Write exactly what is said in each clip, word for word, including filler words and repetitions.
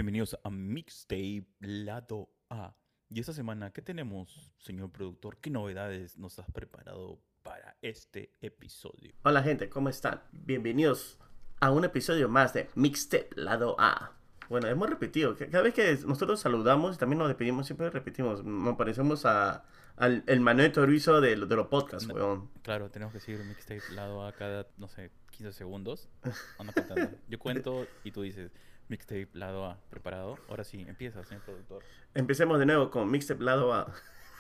Bienvenidos a Mixtape Lado A. Y esta semana, ¿qué tenemos, señor productor? ¿Qué novedades nos has preparado para este episodio? Hola gente, ¿cómo están? Bienvenidos a un episodio más de Mixtape Lado A. Bueno, hemos repetido, cada vez que nosotros saludamos y también nos despedimos, siempre repetimos. Nos parecemos a, al el Manuel Torizo de, de los podcasts, No, weón. claro, tenemos que seguir Mixtape Lado A cada, no sé, quince segundos. Anda contando. Yo cuento y tú dices, Mixtape Lado A, ¿preparado? Ahora sí, empieza, señor productor. Empecemos de nuevo con Mixtape Lado A.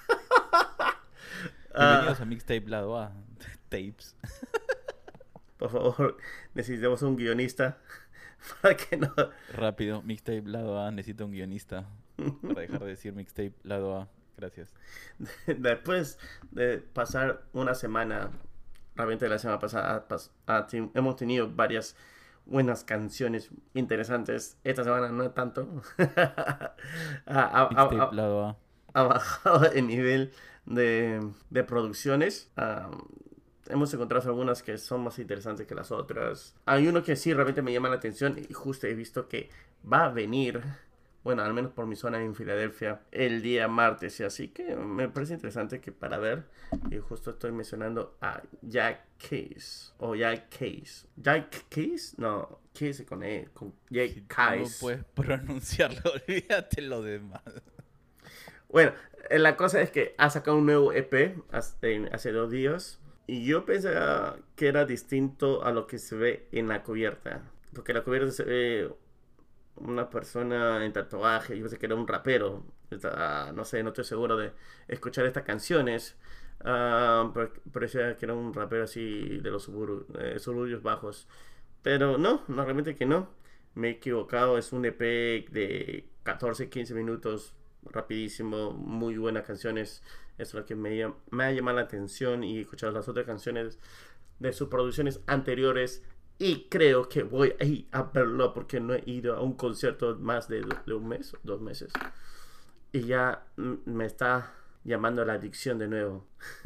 Bienvenidos Ah, a Mixtape Lado A. Tapes. por favor, necesitamos un guionista para que no... Rápido, Mixtape Lado A. Necesito un guionista para dejar de decir Mixtape Lado A. Gracias. Después de pasar una semana, realmente la semana pasada pas- ah, ti- hemos tenido varias buenas canciones interesantes. Esta semana no tanto. ha, ha- Mixtape ha- Lado A. ha bajado el nivel de, de producciones. Ah, hemos encontrado algunas que son más interesantes que las otras. Hay uno que sí realmente me llama la atención y justo he visto que va a venir, bueno, al menos por mi zona en Filadelfia, el día martes. Y así que me parece interesante que para ver. Y justo estoy mencionando a Jack Case. O Jack Case. Jack Case? No, Case con E. Con Jack Si tú no Case. puedes pronunciarlo, olvídate lo demás. Bueno, eh, la cosa es que ha sacado un nuevo E P hace, hace dos días. Y yo pensaba que era distinto a lo que se ve en la cubierta. Porque en la cubierta se ve una persona en tatuaje. Yo pensé que era un rapero. Está- no sé, no estoy seguro de escuchar estas canciones. Ah, pero parecía que era un rapero así de los suburbios, eh, suburbios bajos. Pero no, no, realmente que no. Me he equivocado. Es un E P de catorce quince minutos. Rapidísimo. Muy buenas canciones. Eso es lo que me, llam- me ha llamado la atención. Y he escuchado las otras canciones de sus producciones anteriores. Y creo que voy a ir a verlo porque no he ido a un concierto más de, de un mes, dos meses. Y ya mm, me está llamando la adicción de nuevo.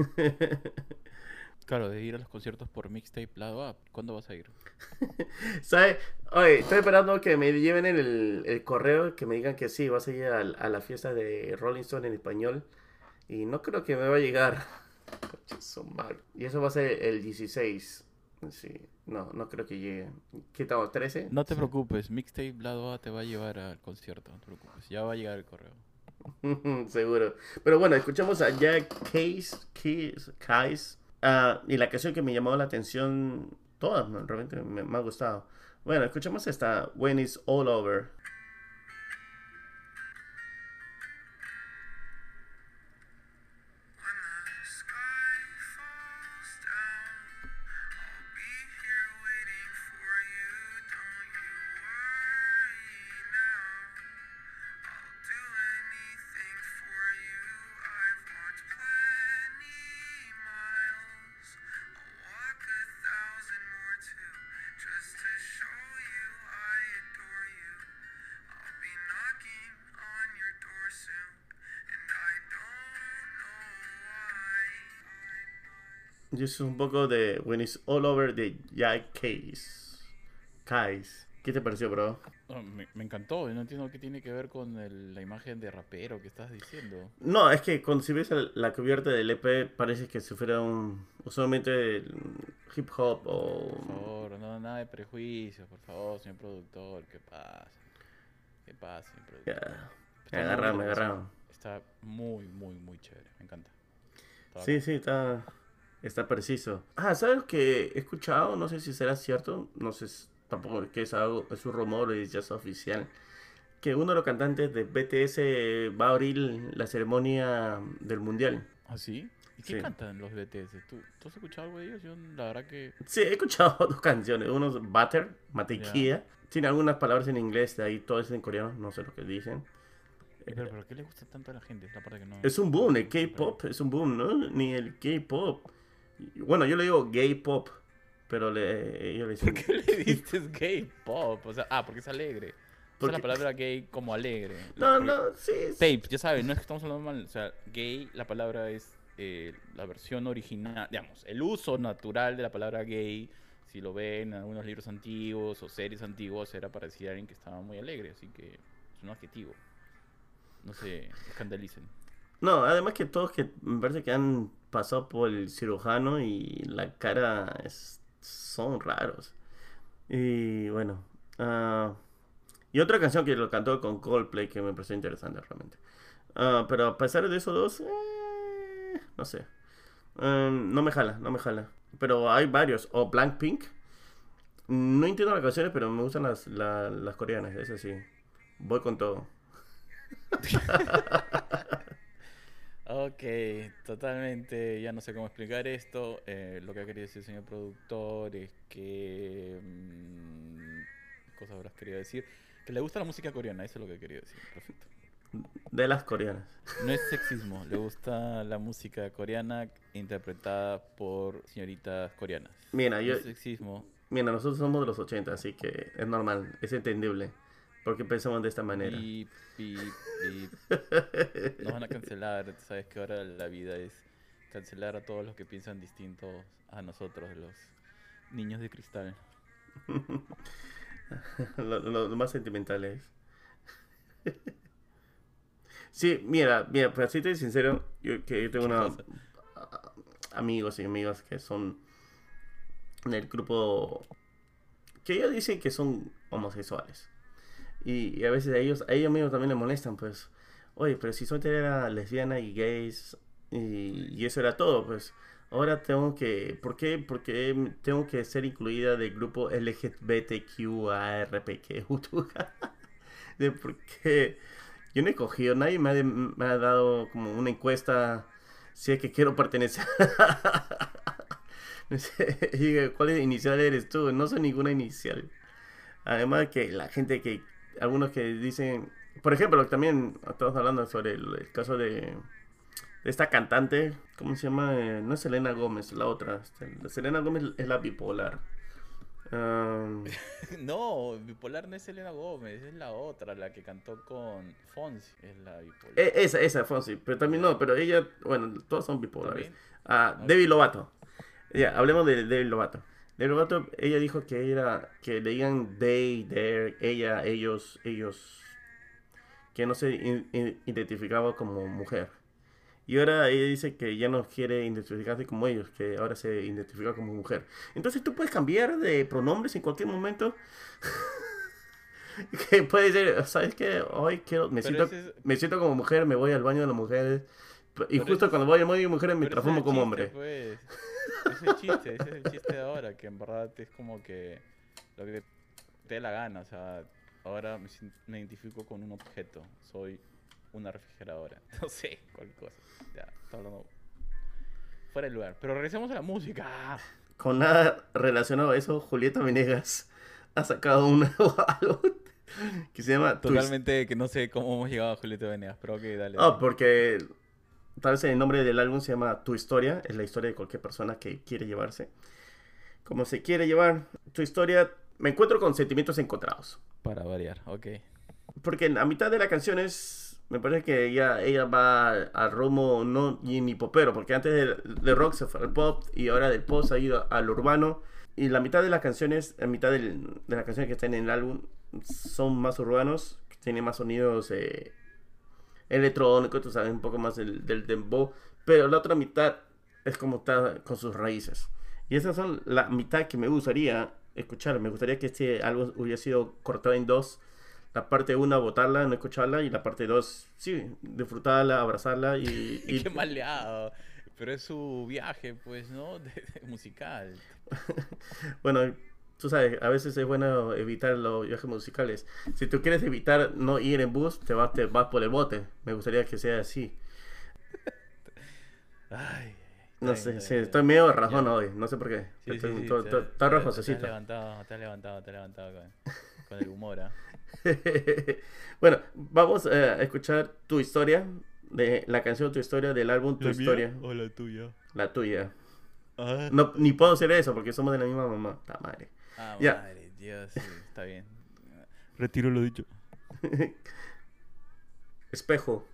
Claro, de ir a los conciertos por Mixtape Lado A. ¿Cuándo vas a ir? ¿Sabes? Oye, estoy esperando que me lleven el, el correo, que me digan que sí, vas a ir a, a la fiesta de Rolling Stone en español. Y no creo que me va a llegar. Coche su madre. Y eso va a ser el dieciséis. Sí, no, no creo que llegue. ¿Qué estamos? ¿trece? No te Sí. preocupes, Mixtape Lado A te va a llevar al concierto, no te preocupes. Ya va a llegar el correo. Seguro. Pero bueno, escuchamos a Jack Case, Case, Case ah, y la canción que me llamó la atención, todas ¿no? realmente me, me ha gustado. Bueno, escuchamos esta When It's All Over. When the sky falls down, I'll be here waiting for you. Don't you worry now. I'll do anything for you. I've walked plenty miles. I'll walk a thousand more too, just to show you I adore you. I'll be knocking on your door soon, and I don't know why. Y eso es un poco de When It's All Over de Jack Case. Case. ¿Qué te pareció, bro? Oh, me, me encantó, no entiendo qué tiene que ver con el- la imagen de rapero que estás diciendo. No, es que cuando si ves el- la cubierta del E P parece que si fuera un usualmente hip hop Por o favor, no, nada de prejuicios, por favor, señor productor, ¿qué pasa? ¿Qué pasa, señor productor? ya, Está me muy bonita agarraron, la me canción. agarraron. Está muy, muy, muy chévere, me encanta. Está Sí, bacán. sí, está, está preciso. Ah, ¿sabes que he escuchado? No sé si será cierto, no sé, si- tampoco que es algo, es un rumor y ya es oficial. Que uno de los cantantes de B T S va a abrir la ceremonia del mundial. ¿Ah, sí? ¿Y qué Sí. cantan los B T S? ¿Tú, ¿tú has escuchado algo de ellos? Yo, la verdad que... Sí, he escuchado dos canciones. Uno es Butter, Ya. mantequilla. Tiene algunas palabras en inglés, de ahí todo es en coreano, no sé lo que dicen. ¿Y pero, pero qué le gusta tanto a la gente? Es la parte que no... Es un no boom, no el comprendo. K-pop es un boom, ¿no? Ni el K-pop. Bueno, yo le digo gay pop, pero le, ellos le ¿Por dicen... qué le dices gay pop? O sea, ah, porque es alegre. Usa la Porque... palabra gay como alegre. La- No, porque no, sí. es- tape, ya sabes, no es que estamos hablando mal. O sea, gay, la palabra es eh, la versión original, digamos, el uso natural de la palabra gay. Si lo ven en algunos libros antiguos o series antiguos, era para decir a alguien que estaba muy alegre. Así que es un adjetivo. No se escandalicen. No, además que todos que me parece que han pasado por el cirujano y la cara es- son raros. Y bueno. ah, y otra canción que lo cantó con Coldplay que me pareció interesante realmente. Ah, pero a pesar de esos dos, eh, no sé. Eh, no me jala, no me jala. Pero hay varios. O Blackpink. No entiendo las canciones, pero me gustan las, la- las coreanas, eso sí. Voy con todo. Ok, totalmente, ya no sé cómo explicar esto. Eh, lo que ha querido decir el señor productor es que... mm, ¿qué cosa habrás querido decir? Que le gusta la música coreana, eso es lo que quería decir. Perfecto. De las coreanas. No es sexismo, le gusta la música coreana interpretada por señoritas coreanas. Mira, No yo, es sexismo. mira, nosotros somos de los ochenta, así que es normal, es entendible. Porque pensamos de esta manera. Bip, bip, bip. Nos van a cancelar. Tú sabes que ahora la vida es cancelar a todos los que piensan distintos a nosotros, los niños de cristal. lo, lo- lo más sentimental es. Sí, mira, mira, para serte sincero, yo, que yo tengo ¿Qué una, pasa? amigos y amigas que son del grupo que ellos dicen que son homosexuales. Y, y a veces a ellos, a ellos mismos también les molestan, pues. Oye, pero si solamente era lesbiana y gays y, y eso era todo, pues. Ahora tengo que, ¿por qué? Porque tengo que ser incluida del grupo L G B T Q A R P Q. De por qué yo no he cogido, nadie me ha, me ha dado como una encuesta si es que quiero pertenecer. No sé, y digo, ¿cuál inicial eres tú? No soy ninguna inicial. Además que la gente que, algunos que dicen, por ejemplo, también estamos hablando sobre el, el caso de, de esta cantante, ¿cómo se llama? Eh, no es Selena Gómez, la otra. Este, la Selena Gómez es la bipolar. Um, No, bipolar no es Selena Gómez, es la otra, la que cantó con Fonsi, es la bipolar. e- esa, esa, Fonsi, pero también Ya. no, pero ella, bueno, todos son bipolares. ¿También? Ah, Ok. Demi Lovato. Ya, hablemos de Demi Lovato. Demi Lovato, ella dijo que era, que le digan they, their, ella, ellos, ellos, que no se in- in- identificaba como mujer. Y ahora ella dice que ya no quiere identificarse como ellos, que ahora se identifica como mujer. Entonces tú puedes cambiar de pronombres en cualquier momento. Que puede ser, ¿sabes qué? Hoy quiero, me Pero siento, ese es, me siento como mujer, me voy al baño de las mujeres. Y pero ese justo es, cuando voy al baño de mujeres me pero ese es transformo el como chiste, hombre. pues. Ese es el chiste, ese es el chiste de ahora, que en verdad es como que lo que te dé la gana, o sea, ahora me, sien- me identifico con un objeto, soy una refrigeradora, no sé, cualquier cosa. Ya, está hablando fuera de lugar. Pero regresemos a la música. Con nada relacionado a eso, Julieta Venegas ha sacado un nuevo álbum que se llama Twist. Totalmente que no sé cómo hemos llegado a Julieta Venegas, pero ok, dale, Ah, dale. porque tal vez el nombre del álbum se llama Tu Historia, es la historia de cualquier persona que quiere llevarse. Como se quiere llevar tu historia, me encuentro con sentimientos encontrados. Para variar, ok. Porque en la mitad de la canción es, me parece que ella, ella va al, al rumbo no y ni popero, porque antes de, de rock se fue al pop y ahora del pop se ha ido al urbano. Y la mitad de las canciones, la mitad del- de las canciones que están en el álbum son más urbanos, que tienen más sonidos eh, electrónicos, tú sabes, un poco más del, del dembow. Pero la otra mitad es como está con sus raíces. Y esas son la mitad que me gustaría escuchar. Me gustaría que este álbum hubiera sido cortado en dos. La parte uno, botarla, no escucharla. Y la parte dos, sí, disfrutarla, abrazarla y... y- Qué maleado. Pero es su viaje, pues, ¿no? De- de- musical. Bueno, tú sabes, a veces es bueno evitar los viajes musicales. Si tú quieres evitar no ir en bus, te vas, te vas por el bote. Me gustaría que sea así. Ay, está No bien, sé, está sí, bien, estoy está medio bien. rajón Ya. hoy, no sé por qué. Sí, sí, Estoy, sí. to- Te, to- te- está te has rojosecito. levantado, te has levantado, te has levantado con, con el humor, ¿ah? Bueno, vamos a escuchar tu historia, de la canción Tu Historia del álbum Tu Historia, o la tuya? la tuya. Ah, No, ni puedo hacer eso porque somos de la misma mamá. Ta madre. ah, Ya. madre, Dios, sí, está bien. Retiro lo dicho. Espejo.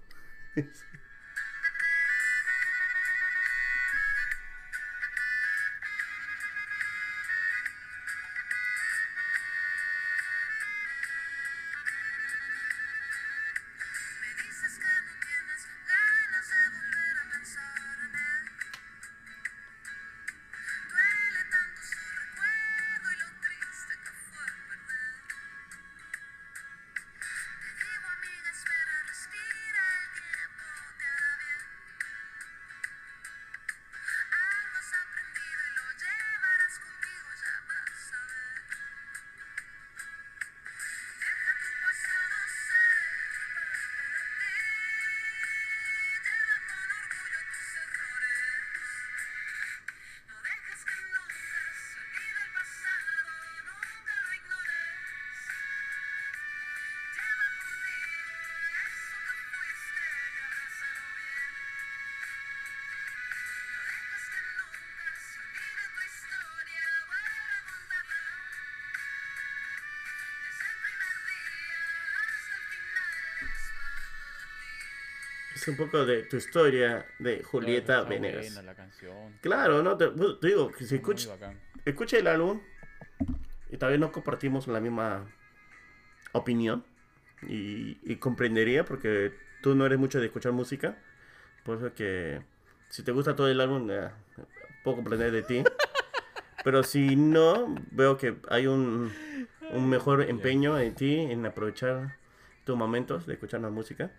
Es un poco de tu historia de No, Julieta está Venegas. buena la canción. Claro, no te, pues, te digo que si Está muy escucha, bacán. escucha el álbum y tal vez no compartimos la misma opinión y, y comprendería porque tú no eres mucho de escuchar música, por eso que si te gusta todo el álbum eh, puedo comprender de ti, pero si no, veo que hay un, un mejor Ya. empeño en ti en aprovechar tus momentos de escuchar la música.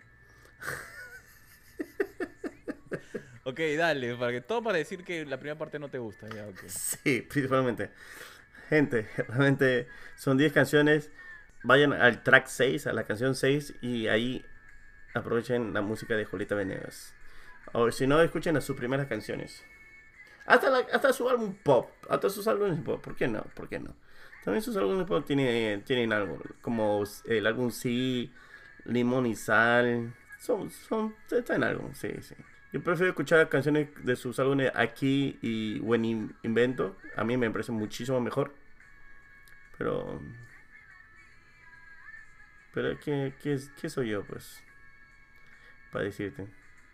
Ok, dale, para que, todo para decir que la primera parte no te gusta, ya, ok. Sí, principalmente. Gente, realmente son diez canciones. Vayan al track seis, a la canción seis, y ahí aprovechen la música de Julieta Venegas. O si no, escuchen a sus primeras canciones. Hasta, la- hasta su álbum pop. Hasta sus álbumes pop. ¿Por qué no? ¿Por qué no? También sus álbumes pop tienen, tienen algo. Como el álbum Sí, Limón y Sal. Son, son, está en algo, sí, sí. Yo prefiero escuchar canciones de sus álbumes Aquí y Buen In- Invento. A mí me parece muchísimo mejor. Pero, pero ¿qué, qué, es- qué soy yo, pues? Para decirte.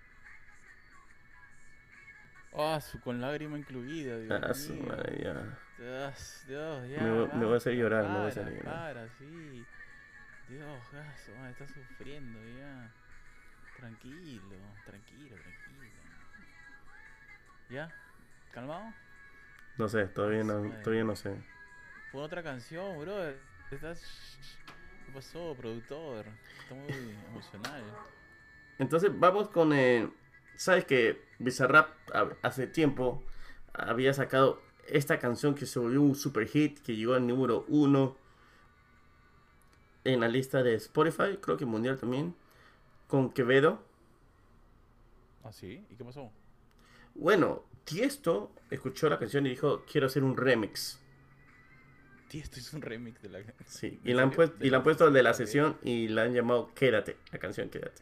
Ah, su con lágrima incluida, Dios Ah, su mío. madre, ya. Dios, Dios, Me, ya, voy- me voy a hacer basta, llorar, me voy a hacer para, llorar. para, sí. Dios, gaso, ah, está sufriendo ya. Tranquilo, tranquilo, tranquilo. ¿Ya? ¿Calmado? No sé, Ah, todavía su no, madre. todavía no sé. Pon otra canción, bro. Estás... ¿Qué pasó, productor? Está muy emocional. Entonces vamos con... eh, ¿sabes que Bizarrap a- hace tiempo había sacado esta canción que se volvió un super hit, que llegó al número uno en la lista de Spotify, creo que mundial también, con Quevedo? ¿Ah, sí? ¿Y qué pasó? Bueno, Tiesto escuchó la canción y dijo, quiero hacer un remix. Tío, esto es un remix de la... Sí, y ¿En la han, serio? pues- ¿De y la la han puesto el de la sesión de sesión y la han llamado Quédate, la canción Quédate.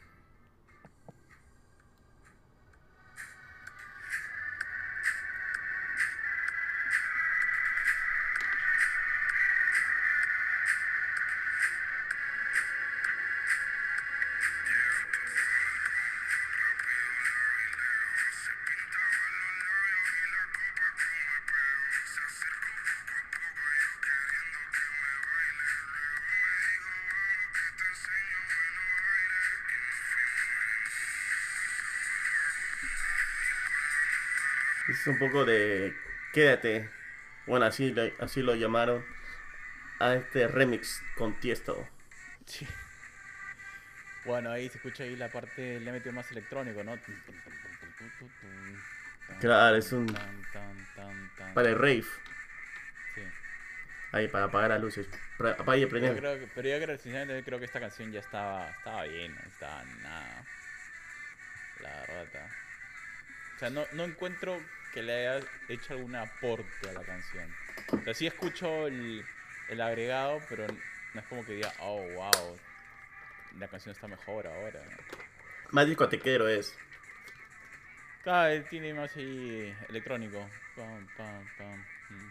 Es un poco de Quédate. Bueno, así, lo- así lo llamaron a este remix con Tiesto. Sí. Bueno, ahí se escucha ahí la parte, le metió más electrónico, ¿no? Tun, tun, tun, tun, tun, tun, tun, tan, Claro, es tan, un... tan, tan, tan, tan, Para el tan. rave. Sí. Ahí, para apagar las luces. Para, apagar y Pero yo prender. creo que, pero yo creo, sinceramente, creo que esta canción ya estaba, estaba bien, no estaba nada. La verdad. O sea, no, no encuentro que le haya hecho algún aporte a la canción. O sea, sí escucho el, el agregado, pero no es como que diga, oh, wow, la canción está mejor ahora. Más discotequero es. Cada vez tiene más ahí electrónico. Pam, pam, pam. mm.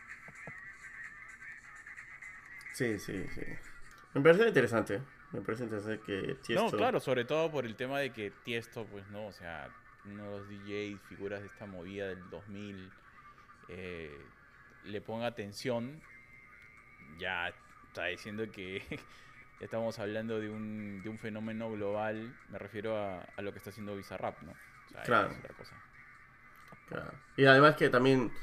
Sí, sí, sí. Me parece interesante. Me parece interesante que No, Tiesto... claro, sobre todo por el tema de que Tiesto, pues no, o sea, uno de los D Js, figuras de esta movida del dos mil, eh, le ponga atención, ya está diciendo que ya estamos hablando de un, de un fenómeno global, me refiero a, a lo que está haciendo Bizarrap, ¿no? O sea, ya Claro, es otra cosa. claro. Y además que también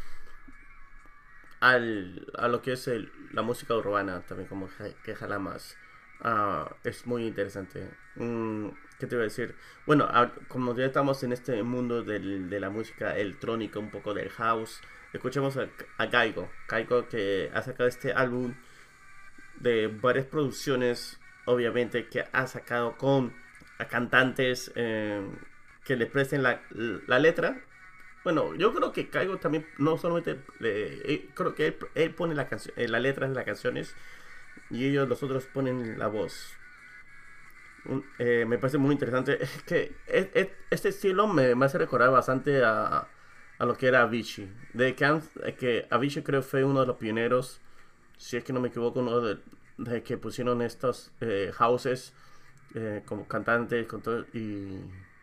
al, a lo que es el- la música urbana, también como ja- que jala más. Ah, es muy interesante. Mm, ¿qué te iba a decir? Bueno, a- como ya estamos en este mundo del- de la música electrónica, un poco del house, escuchemos a, a Gaigo. Gaigo que ha sacado este álbum de varias producciones, obviamente, que ha sacado con a cantantes eh, que le presten la, la letra. Bueno, yo creo que Caigo también no solamente le- eh, creo que él, él pone la canción, eh, las letras de las canciones y ellos los otros ponen la voz. Un- eh, me parece muy interesante. Es que es- es- este estilo me, me hace recordar bastante a, a lo que era Avicii. De que, han- eh, que Avicii creo fue uno de los pioneros, si es que no me equivoco, uno de, de que pusieron estos eh, houses eh, como cantantes con todo, y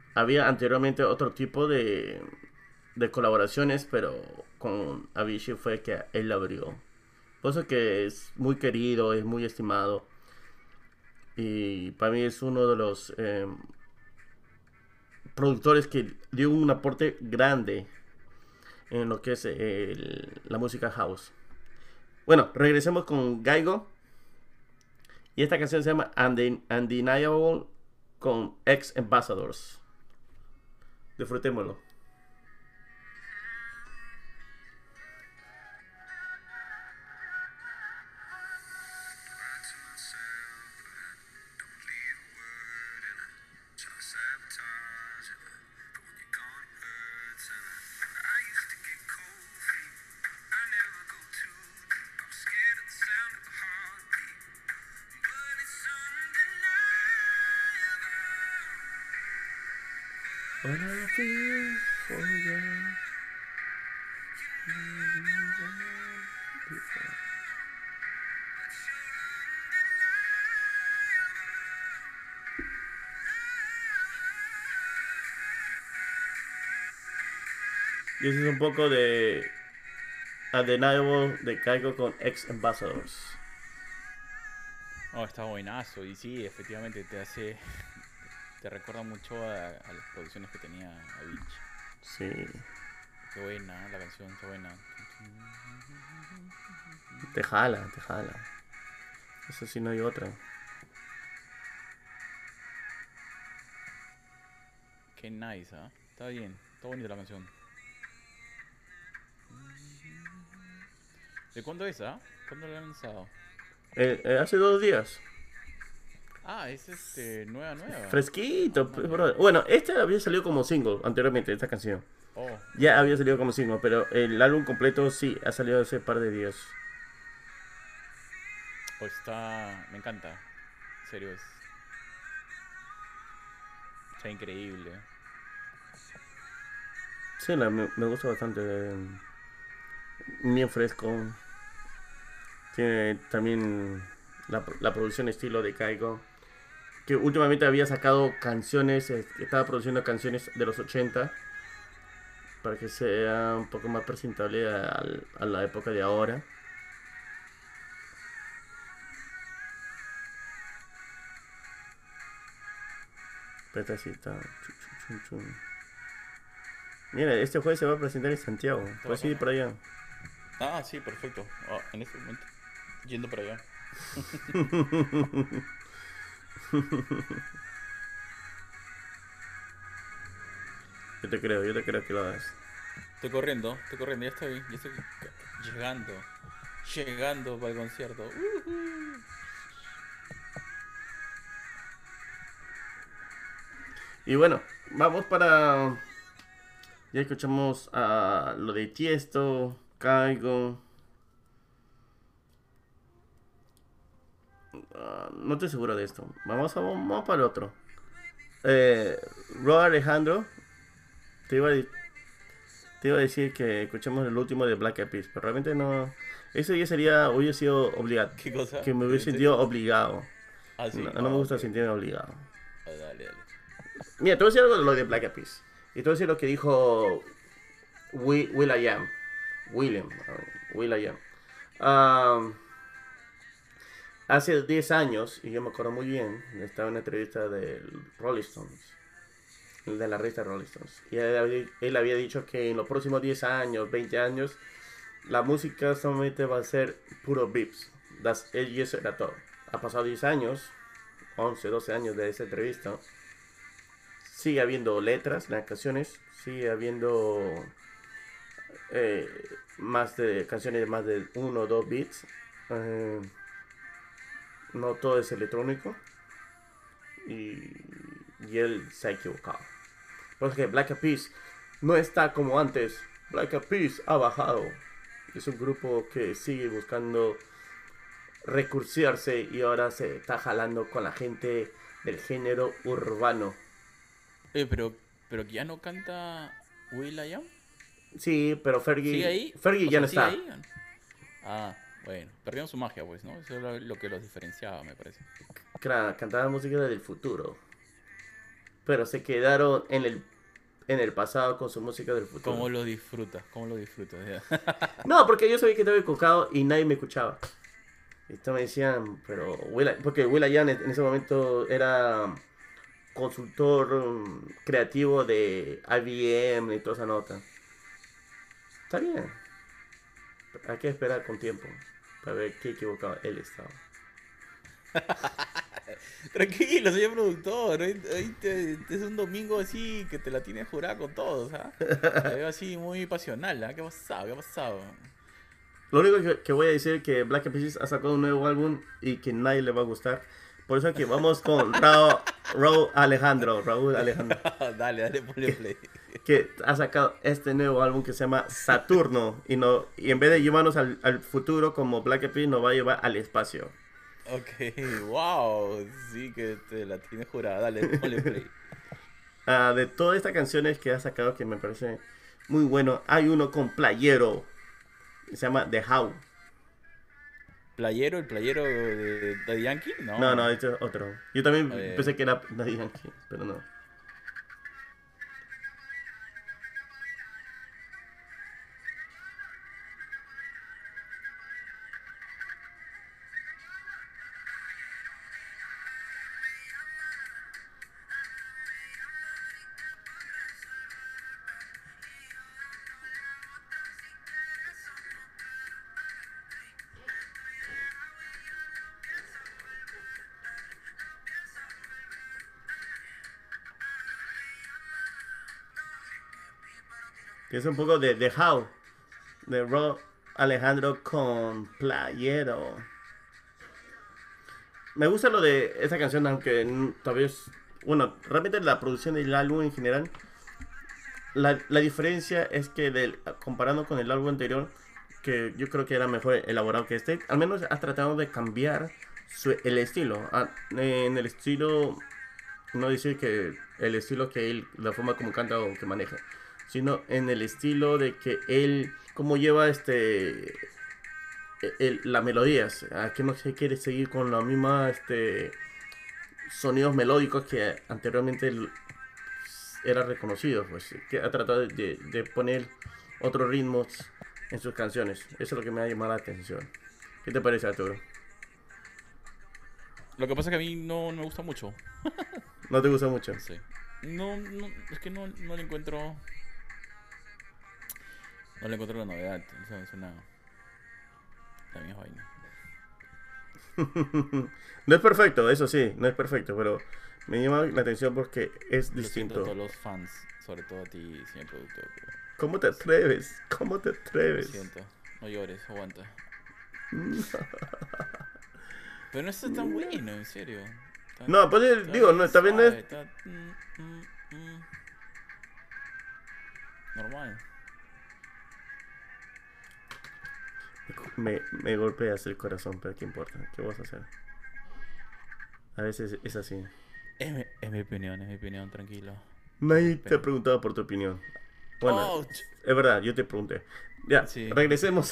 había anteriormente otro tipo de, de colaboraciones, pero con Avicii fue que él la abrió. Por eso que es muy querido, es muy estimado. Y para mí es uno de los eh, productores que dio un aporte grande en lo que es el- la música house. Bueno, regresemos con Gaigo. Y esta canción se llama Unden- Undeniable con Ex Ambassadors. Disfrutémoslo. Lie to myself, but I don't leave a word, and I self-sabotage, and I, but when you're gone it hurts, and I, I used to get cold feet. I never go too deep. I'm scared of the sound of a heartbeat, but it's undeniable. All I feel for you. But you're Y ese es un poco de Undeniable de Caigo con Ex Ambassadors. Oh, está buenazo. Y sí, efectivamente te hace. Te recuerda mucho a, a las producciones que tenía Avicii. Sí. Qué buena, ¿eh? La canción está buena. Te jala, te jala. Eso sí, no hay otra. Qué nice, ¿ah? Está bien, está bonita la canción. ¿De cuándo es, ah? ¿Cuándo la han lanzado? Eh, eh, hace dos días. Ah, es este, nueva, nueva. Fresquito, Ah, pues, man, brother. Bueno, este había salido como single anteriormente, esta canción. Oh, Ya había salido como single, pero el álbum completo sí ha salido hace par de días. oh, está. Me encanta. En serio, es. Está increíble. Sí, la- me, me gusta bastante. eh, Bien fresco. Tiene también la, la producción estilo de Caigo. Que últimamente había sacado canciones, eh, estaba produciendo canciones de los ochenta. Para que sea un poco más presentable a, a la época de ahora. Pero así está. Chun, chun, chun, chun. Mira, este jueves se va a presentar en Santiago. Puedes ir bacana. para allá. Ah, sí, perfecto. Ah, en este momento. Yendo para allá. Yo te creo, yo te creo que lo hagas. Estoy corriendo, estoy corriendo, ya estoy, ya estoy ca- llegando. Llegando para el concierto. Ujú. Y bueno, vamos para. Ya escuchamos a lo de Tiesto, Caigo. Ah, no estoy seguro de esto. Vamos, a, vamos para el otro. Eh, Ro Alejandro. Te iba, a, di- te iba a decir que escuchemos el último de Black Eyed Peas, pero realmente no. Eso ya sería, hubiera sido obligado. ¿Qué cosa? Que me hubiera ¿En serio? sentido obligado. Ah, sí. No, no me Ah, gusta ok, ok. sentirme obligado. Ah, dale, dale. Mira, te voy a decir algo de lo de Black Eyed Peas. Y te voy a decir lo que dijo Will, Will I Am. William. uh, Will I Am. Um, hace diez años, y yo me acuerdo muy bien, estaba en una entrevista del Rolling Stones. De la revista Rolling Stones. Y él, había- él había dicho que en los próximos diez años, veinte años, la música solamente va a ser puro beats. Das, y eso era todo. Ha pasado diez años, once, doce años de esa entrevista. Sigue habiendo letras en las canciones, sigue habiendo eh, más de canciones de más de uno o dos beats. Eh, no todo es electrónico. Y, y él se ha equivocado. Porque Black Eyed Peas no está como antes. Black Eyed Peas ha bajado. Es un grupo que sigue buscando recursearse y ahora se está jalando con la gente del género urbano. Eh, pero, pero que ya no canta Will.i.am. Sí, pero Fergie, ¿Sigue ahí? Fergie O ya sea, no ¿sigue está. ahí? Ah, bueno. Perdieron su magia, pues, ¿no? Eso es lo, lo que los diferenciaba, me parece. Claro, cantaba música del futuro. pero se quedaron en el, en el pasado con su música del futuro. ¿Cómo lo disfrutas? ¿Cómo lo disfrutas? Ya. No, porque yo sabía que estaba equivocado y nadie me escuchaba. Y todos me decían, pero Will, porque Will.i.am en ese momento era consultor um, creativo de I B M y toda esa nota. Está bien. Hay que esperar con tiempo para ver qué equivocado él estaba. Tranquilo, señor productor. Hoy, hoy te- es un domingo así que te la tienes jurada con todos, ¿ah? Te veo así muy pasional, ¿ah? ¿Qué ha pasado? ¿Qué ha pasado? Lo único que, que voy a decir es que Black Eyed Peas ha sacado un nuevo álbum y que nadie le va a gustar. Por eso es que vamos con Raúl, Raúl Alejandro, Raúl Alejandro, Dale, dale, ponle play. que ha sacado este nuevo álbum que se llama Saturno y no y en vez de llevarnos al, al futuro como Black Eyed Peas nos va a llevar al espacio. Ok, wow. Sí que te la tienes jurada. Dale, ponle play. Ah, de todas estas canciones que ha sacado que me parece muy bueno, hay uno con Playero que se llama The How. ¿Playero? ¿El playero de Daddy Yankee? No. No, no, este es otro. Yo también Eh. pensé que era Daddy Yankee, pero no. Que es un poco de The How, de Raúl Alejandro con Playero. Me gusta lo de esta canción, aunque n- todavía es... Bueno, realmente la producción del álbum en general, la, la diferencia es que del, comparando con el álbum anterior, que yo creo que era mejor elaborado que este, al menos ha tratado de cambiar su- el estilo. Ah, en el estilo, no decir que el estilo que él, la forma como canta o que maneja, sino en el estilo de que él, como lleva este el- las melodías, a que no se quiere seguir con la misma este sonidos melódicos que anteriormente l- era reconocido, pues que ha tratado de, de- de poner otros ritmos en sus canciones. Eso es lo que me ha llamado la atención. ¿Qué te parece, Arturo? Lo que pasa es que a mí no, no me gusta mucho. ¿No te gusta mucho? No sé. No, no, es que no, no le encuentro. No le encuentro la novedad. O sea, es una. La misma vaina. No es perfecto, eso sí, no es perfecto, pero me llama la atención porque es Lo siento a distinto. todos los fans, sobre todo a ti, señor productor. pero ¿Cómo te atreves? ¿Cómo te Lo atreves? siento. No llores, aguanta. Pero no está tan bueno, en serio. Está- No, pues está digo, bien no, también no suave, es... está, mm, mm, mm, normal. Me, me golpeas el corazón, pero ¿qué importa? ¿Qué vas a hacer? A veces es así. Es mi, es mi opinión, es mi opinión, tranquilo. Nadie te ha Pero- preguntado por tu opinión. Bueno, Ouch. es verdad, yo te pregunté. Ya, Sí. regresemos.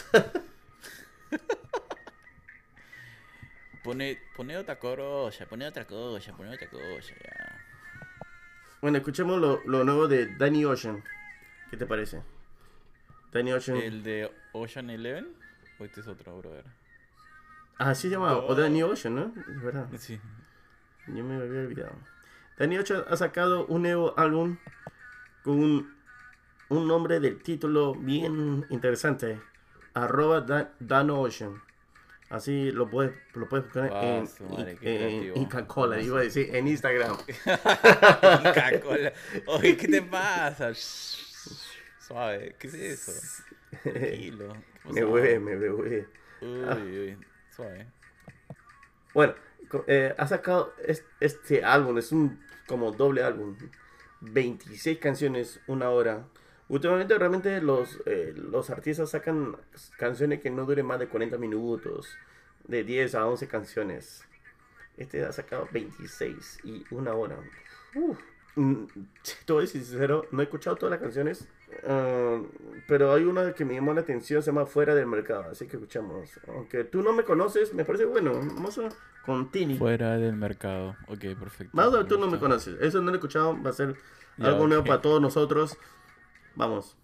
Pone, pone otra cosa, pone otra cosa, pone otra cosa, ya. Bueno, escuchemos lo, lo nuevo de Danny Ocean. ¿Qué te parece? Danny Ocean. ¿El de Ocean Eleven? ¿O este es otro, brother? Ah, sí se llama. O Danny Ocean, ¿no? Es verdad. Sí. Yo me había olvidado. Danny Ocean ha sacado un nuevo álbum con un, un nombre del título bien interesante. Arroba Dan, Dan Ocean. Así lo puedes, lo puedes buscar Guau, en, su madre, en, qué en creativo. Inca-Cola, iba a decir, en Instagram. Coca-Cola. Oye, ¿qué te pasa? Shh, suave, ¿qué es eso? Tranquilo. ¿Qué Me pasó? hueve, me hueve. Uy, uy, suave. Bueno, co- eh, ha sacado es- este álbum, es un como doble álbum. veintiséis canciones, una hora. Últimamente realmente los, eh, los artistas sacan canciones que no duren más de cuarenta minutos, de diez a once canciones. Este ha sacado veintiséis y una hora. Uf. Mm, Te voy a decir sincero, no he escuchado todas las canciones, ah, pero hay una que me llamó la atención, se llama Fuera del Mercado, así que escuchamos. Aunque tú no me conoces, me parece bueno. Vamos a con Tini. Fuera del mercado. Ok, perfecto. Más o Me tú no me gusta. conoces, eso no lo he escuchado, va a ser Ya, algo nuevo ok. para todos nosotros. Vamos.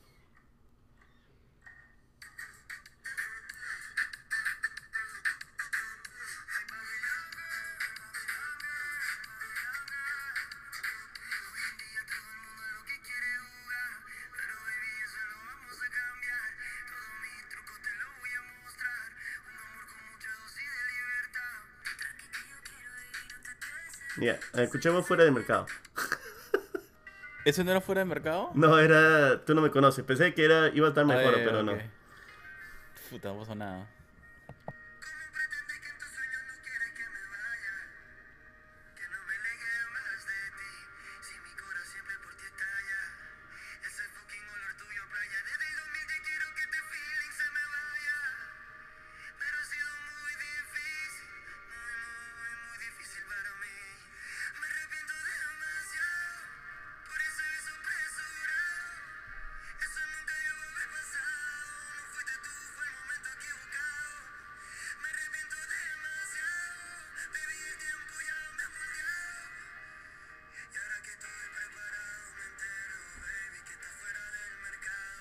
Ya, escuchemos Fuera del Mercado. ¿Eso no era fuera del mercado? No, era, tú no me conoces, pensé que era, iba a estar mejor, Ah, ya, pero ok. no. Puta, no pasó nada. ¿Cómo pretendes que en tus sueños no quieres que me vaya? Que no me alegue más de ti. Si mi corazón siempre por ti estalla. Ese fucking olor tuyo playa. Desde el dos mil te quiero que este feeling se me vaya. Pero ha sido muy difícil. Muy, muy, muy difícil para mí. Me arrepiento demasiado por ese beso apresurado. Eso nunca llegó a haber pasado. No fuiste tú, fue el momento equivocado. Me arrepiento demasiado. Baby, el tiempo ya me ha moldeado. Y ahora que estoy preparado, me entero, baby, que estás fuera del mercado.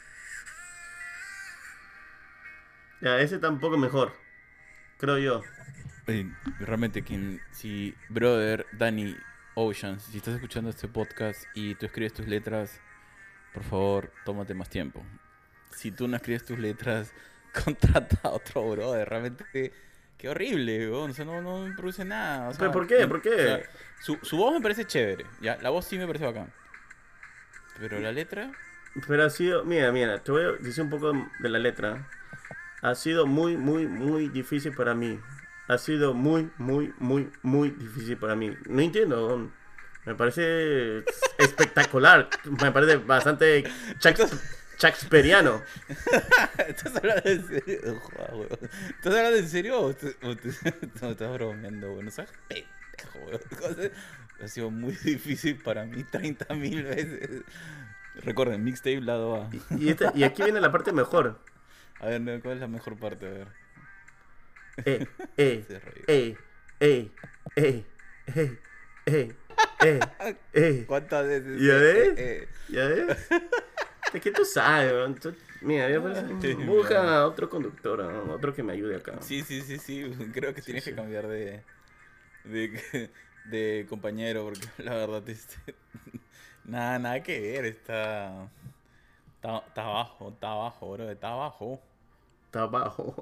Ya, ese tampoco mejor, creo yo. Eh, realmente, quien, si, brother, Danny Ocean, si estás escuchando este podcast y tú escribes tus letras, por favor, tómate más tiempo. Si tú no escribes tus letras, contrata a otro brother. Realmente, qué horrible, weón. O sea, no, no me produce nada. O sea, ¿Pero por qué? y- ¿Por o sea, qué? su, su voz me parece chévere, ¿ya? La voz sí me parece bacán. Pero la letra, Pero ha sido, mira, mira, te voy a decir un poco de la letra. Ha sido muy, muy, muy difícil para mí. Ha sido muy, muy, muy, muy difícil para mí. No entiendo. Me parece espectacular. Me parece bastante Shakes- Shakespeareano. ¿estás hablando en serio? Joder, weón. ¿Estás hablando en serio o te, o te- no, estás bromeando, weón? No seas pendejo, weón. O sea, ha sido muy difícil para mí treinta mil veces. Recuerden, mixtape lado A. Y, este- y aquí viene la parte mejor. A ver, ¿cuál es la mejor parte? A ver. Eh, eh, Se reír. eh, eh, eh, eh, eh, eh, eh. ¿Cuántas veces? ¿Ya eh, ves? eh, eh? ¿Ya ves? Es que tú sabes, weón. Tú- mira, yo pues, Ay, busca mira. a otro conductor, ¿no? Otro que me ayude acá. Sí, sí, sí, sí. Creo que Sí, tienes sí. que cambiar de, de, de compañero porque la verdad este, nada, nada que ver. Está, está, está abajo, está abajo, bro. Está abajo. Está abajo.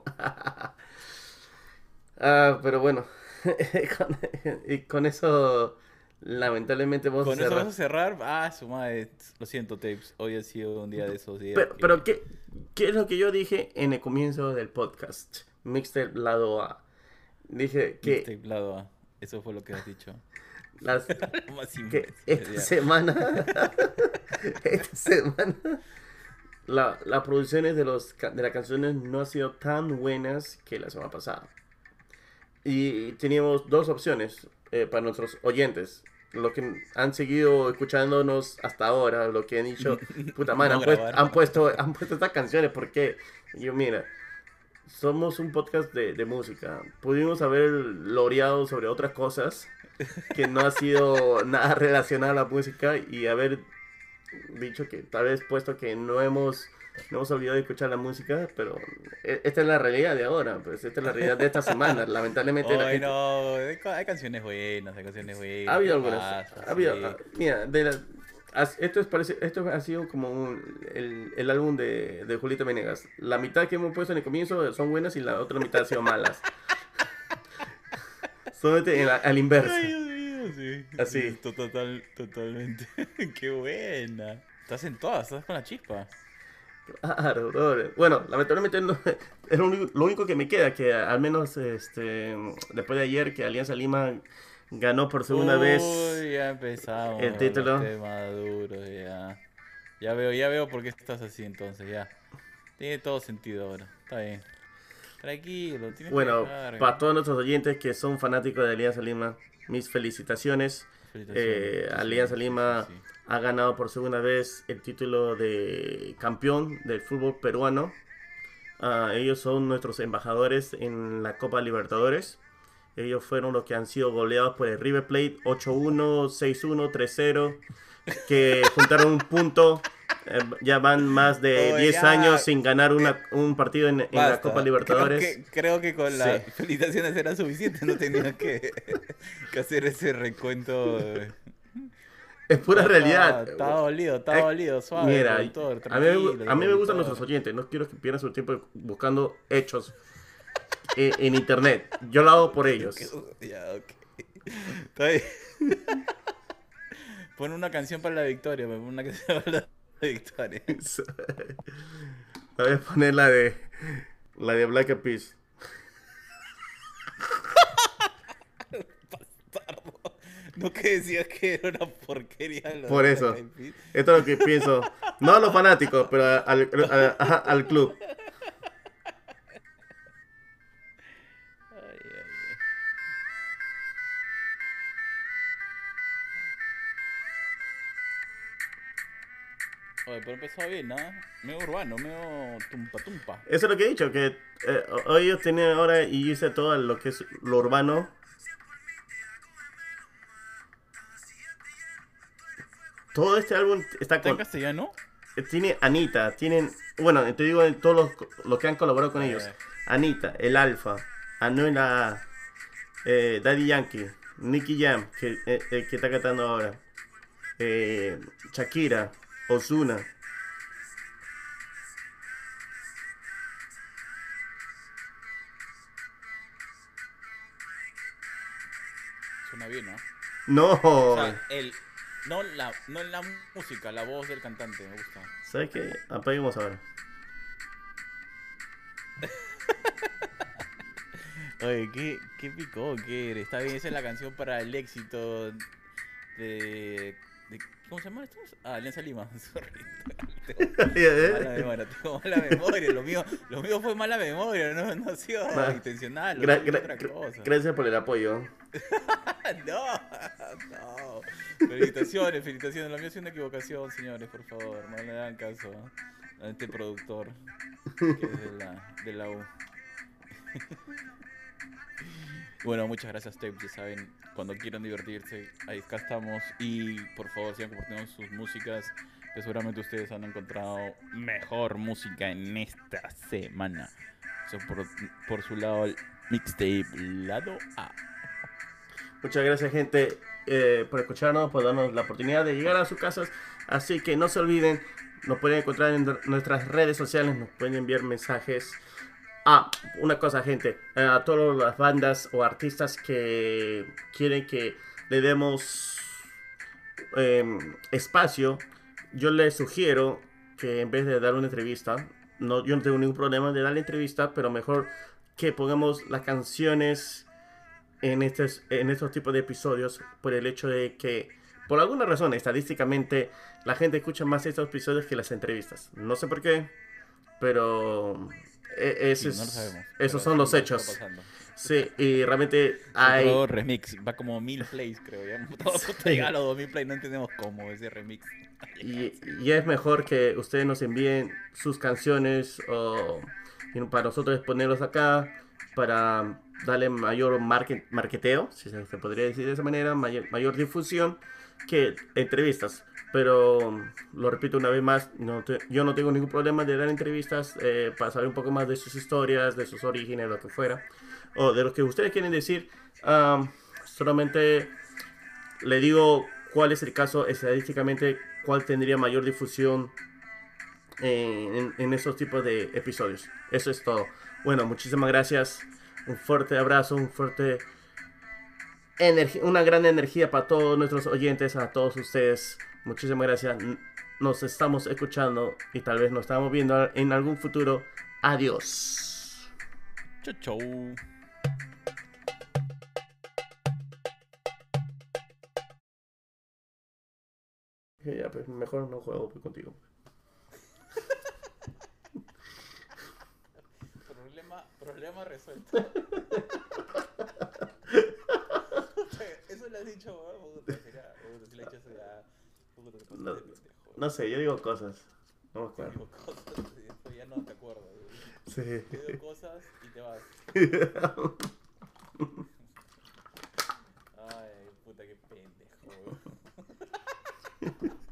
Ah, pero bueno. con, y con eso, lamentablemente vamos Con a eso cerrar. vas a cerrar. Ah, su madre. Lo siento, Tapes. Hoy ha sido un día de esos días. Pero, que- pero ¿qué, ¿qué es lo que yo dije en el comienzo del podcast? Mixtape lado A. Dije que Mixtape lado A. Eso fue lo que has dicho. las Lo más que imbécil, esta ya. semana esta semana la, las producciones de los ca- de las canciones no han sido tan buenas que la semana pasada. Y teníamos dos opciones eh, para nuestros oyentes. Los que han seguido escuchándonos hasta ahora, lo que han dicho, puta madre, No han, pues- grabar. han puesto, han puesto estas canciones, porque yo, mira, somos un podcast de, de música. Pudimos haber loreado sobre otras cosas que no ha sido nada relacionado a la música y haber dicho que tal vez puesto que no hemos no hemos olvidado de escuchar la música, pero e- esta es la realidad de ahora, pues esta es la realidad de esta semana. Lamentablemente la Ay, gente- no, hay ca- hay canciones buenas, hay canciones buenas. ha habido ¿qué algunas, pasa? ha habido, Sí. ah, mira, de la- as- esto es parece, esto ha sido como un- el, el álbum de, de Julieta Venegas. La mitad que hemos puesto en el comienzo son buenas y la otra mitad ha sido malas. Solamente en la- al inverso. Ay, Dios mío, sí. Así. Sí, to- total, totalmente. Qué buena. Estás en todas, estás con la chispa. Claro, brother. Bueno, lamentablemente no- es lo único, lo único que me queda, que al menos este después de ayer que Alianza Lima ganó por segunda Uy, vez. ya empezamos. el con título. los temas duros, ya. Ya veo, ya veo por qué estás así entonces, ya. Tiene todo sentido ahora. Está bien. Tranquilo, tienes Bueno, que dejar. para todos nuestros oyentes que son fanáticos de Alianza Lima, mis felicitaciones. Felicitaciones. Sí, Alianza sí, Lima sí, sí. ha ganado por segunda vez el título de campeón del fútbol peruano. Ah, ellos son nuestros embajadores en la Copa Libertadores. Ellos fueron los que han sido goleados por el River Plate ocho uno, seis uno, tres cero, que juntaron un punto. Eh, ya van más de Oh, diez años ya. sin ganar Eh, una, un partido en, en la Copa basta. Creo Libertadores. que, creo que con Sí, las felicitaciones era suficiente. No tenía que, que hacer ese recuento. de- es pura Está, está, realidad. está dolido, está Eh, dolido. Suave, Mira, productor. a mí, me- Tranquilo, a mí me gustan nuestros productor. oyentes. No quiero que pierdan su tiempo buscando hechos en, en internet. Yo lo hago por ellos. Ya, ok. Está bien. Pon una canción para la victoria. Me pon una canción para la victoria. Voy a poner la de la de Black Eyed Peas. Bastardo. No que decías que era una porquería lo Por de eso. Black Eyed Peas. Esto es lo que pienso. No a los fanáticos, pero al, al, al- al club. Ay, ay, ay. Oye, pero empezó bien, ¿no? Medio urbano, medio tumpa tumpa. Eso es lo que he dicho, que eh, o- ellos tienen ahora y hice todo lo que es lo urbano. Todo este álbum está ¿Está en con... castellano? Tiene Anita, tienen... Bueno, te digo en todos los, los que han colaborado con ellos. Eh. Anita, El Alfa, Anuela, eh, Daddy Yankee, Nicky Jam, que, eh, eh, que está cantando ahora. Eh, Shakira, Ozuna. Suena bien, ¿no? No, O sea, el... No la, no la música, la voz del cantante, me gusta. ¿sabes qué? Apaguemos ahora. Oye, qué, qué picó que eres. Está bien, esa es la canción para el éxito de... de ¿cómo se llama esto? Ah, Alianza Lima. Sorry. Tengo mala memoria, tengo mala memoria. Lo mío, lo mío fue mala memoria, no, no ha sido Va. intencional. Gra- Lo mío fue gra- otra gra- cosa. gracias por el apoyo. No, no. Felicitaciones, felicitaciones. Lo mío es una equivocación, señores, por favor. No le hagan caso a este productor que es de la, de la U. Bueno, muchas gracias, Tape. Ya saben, cuando quieran divertirse, ahí acá estamos. Y por favor, sigan compartiendo sus músicas, que seguramente ustedes han encontrado mejor música en esta semana. Eso por, por su lado, el mixtape lado A. Muchas gracias, gente, eh, por escucharnos, por darnos la oportunidad de llegar a sus casas. Así que no se olviden, nos pueden encontrar en nuestras redes sociales, nos pueden enviar mensajes. Ah, una cosa, gente, eh, a todas las bandas o artistas que quieren que le demos eh, espacio, yo les sugiero que en vez de dar una entrevista, no, yo no tengo ningún problema de dar la entrevista, pero mejor que pongamos las canciones en estos, en estos tipos de episodios, por el hecho de que, por alguna razón, estadísticamente, la gente escucha más estos episodios que las entrevistas. No sé por qué, pero e- ese Sí, no lo es- sabemos. esos pero son los sí, hechos. está pasando. Sí, y realmente Sobre hay... todo remix, va como mil plays, creo. Ya todo Sí. llega a los dos mil plays, no entendemos cómo ese remix. Y, y es mejor que ustedes nos envíen sus canciones o y para nosotros ponerlos acá para darle mayor market, marketeo, si se, se podría decir de esa manera, mayor, mayor difusión que entrevistas. Pero lo repito una vez más, no te- yo no tengo ningún problema de dar entrevistas eh, para saber un poco más de sus historias, de sus orígenes, lo que fuera, o de lo que ustedes quieren decir. Um, solamente le digo cuál es el caso estadísticamente, cuál tendría mayor difusión en, en esos tipos de episodios. Eso es todo. Bueno, muchísimas gracias. Un fuerte abrazo, un fuerte energía, una gran energía para todos nuestros oyentes, a todos ustedes. Muchísimas gracias. Nos estamos escuchando y tal vez nos estamos viendo en algún futuro. Adiós. Chau, chau. Ya, pues mejor no juego pues, contigo. Problema, problema resuelto. Eso lo has dicho, ¿no? Puta, será- puta, te pasaste No, de pendejo. no sé, yo digo cosas. No me Te acuerdo. digo cosas y después ya no te acuerdas. Güey. Sí. Te digo cosas y te vas. Ay, puta, qué pendejo. Güey.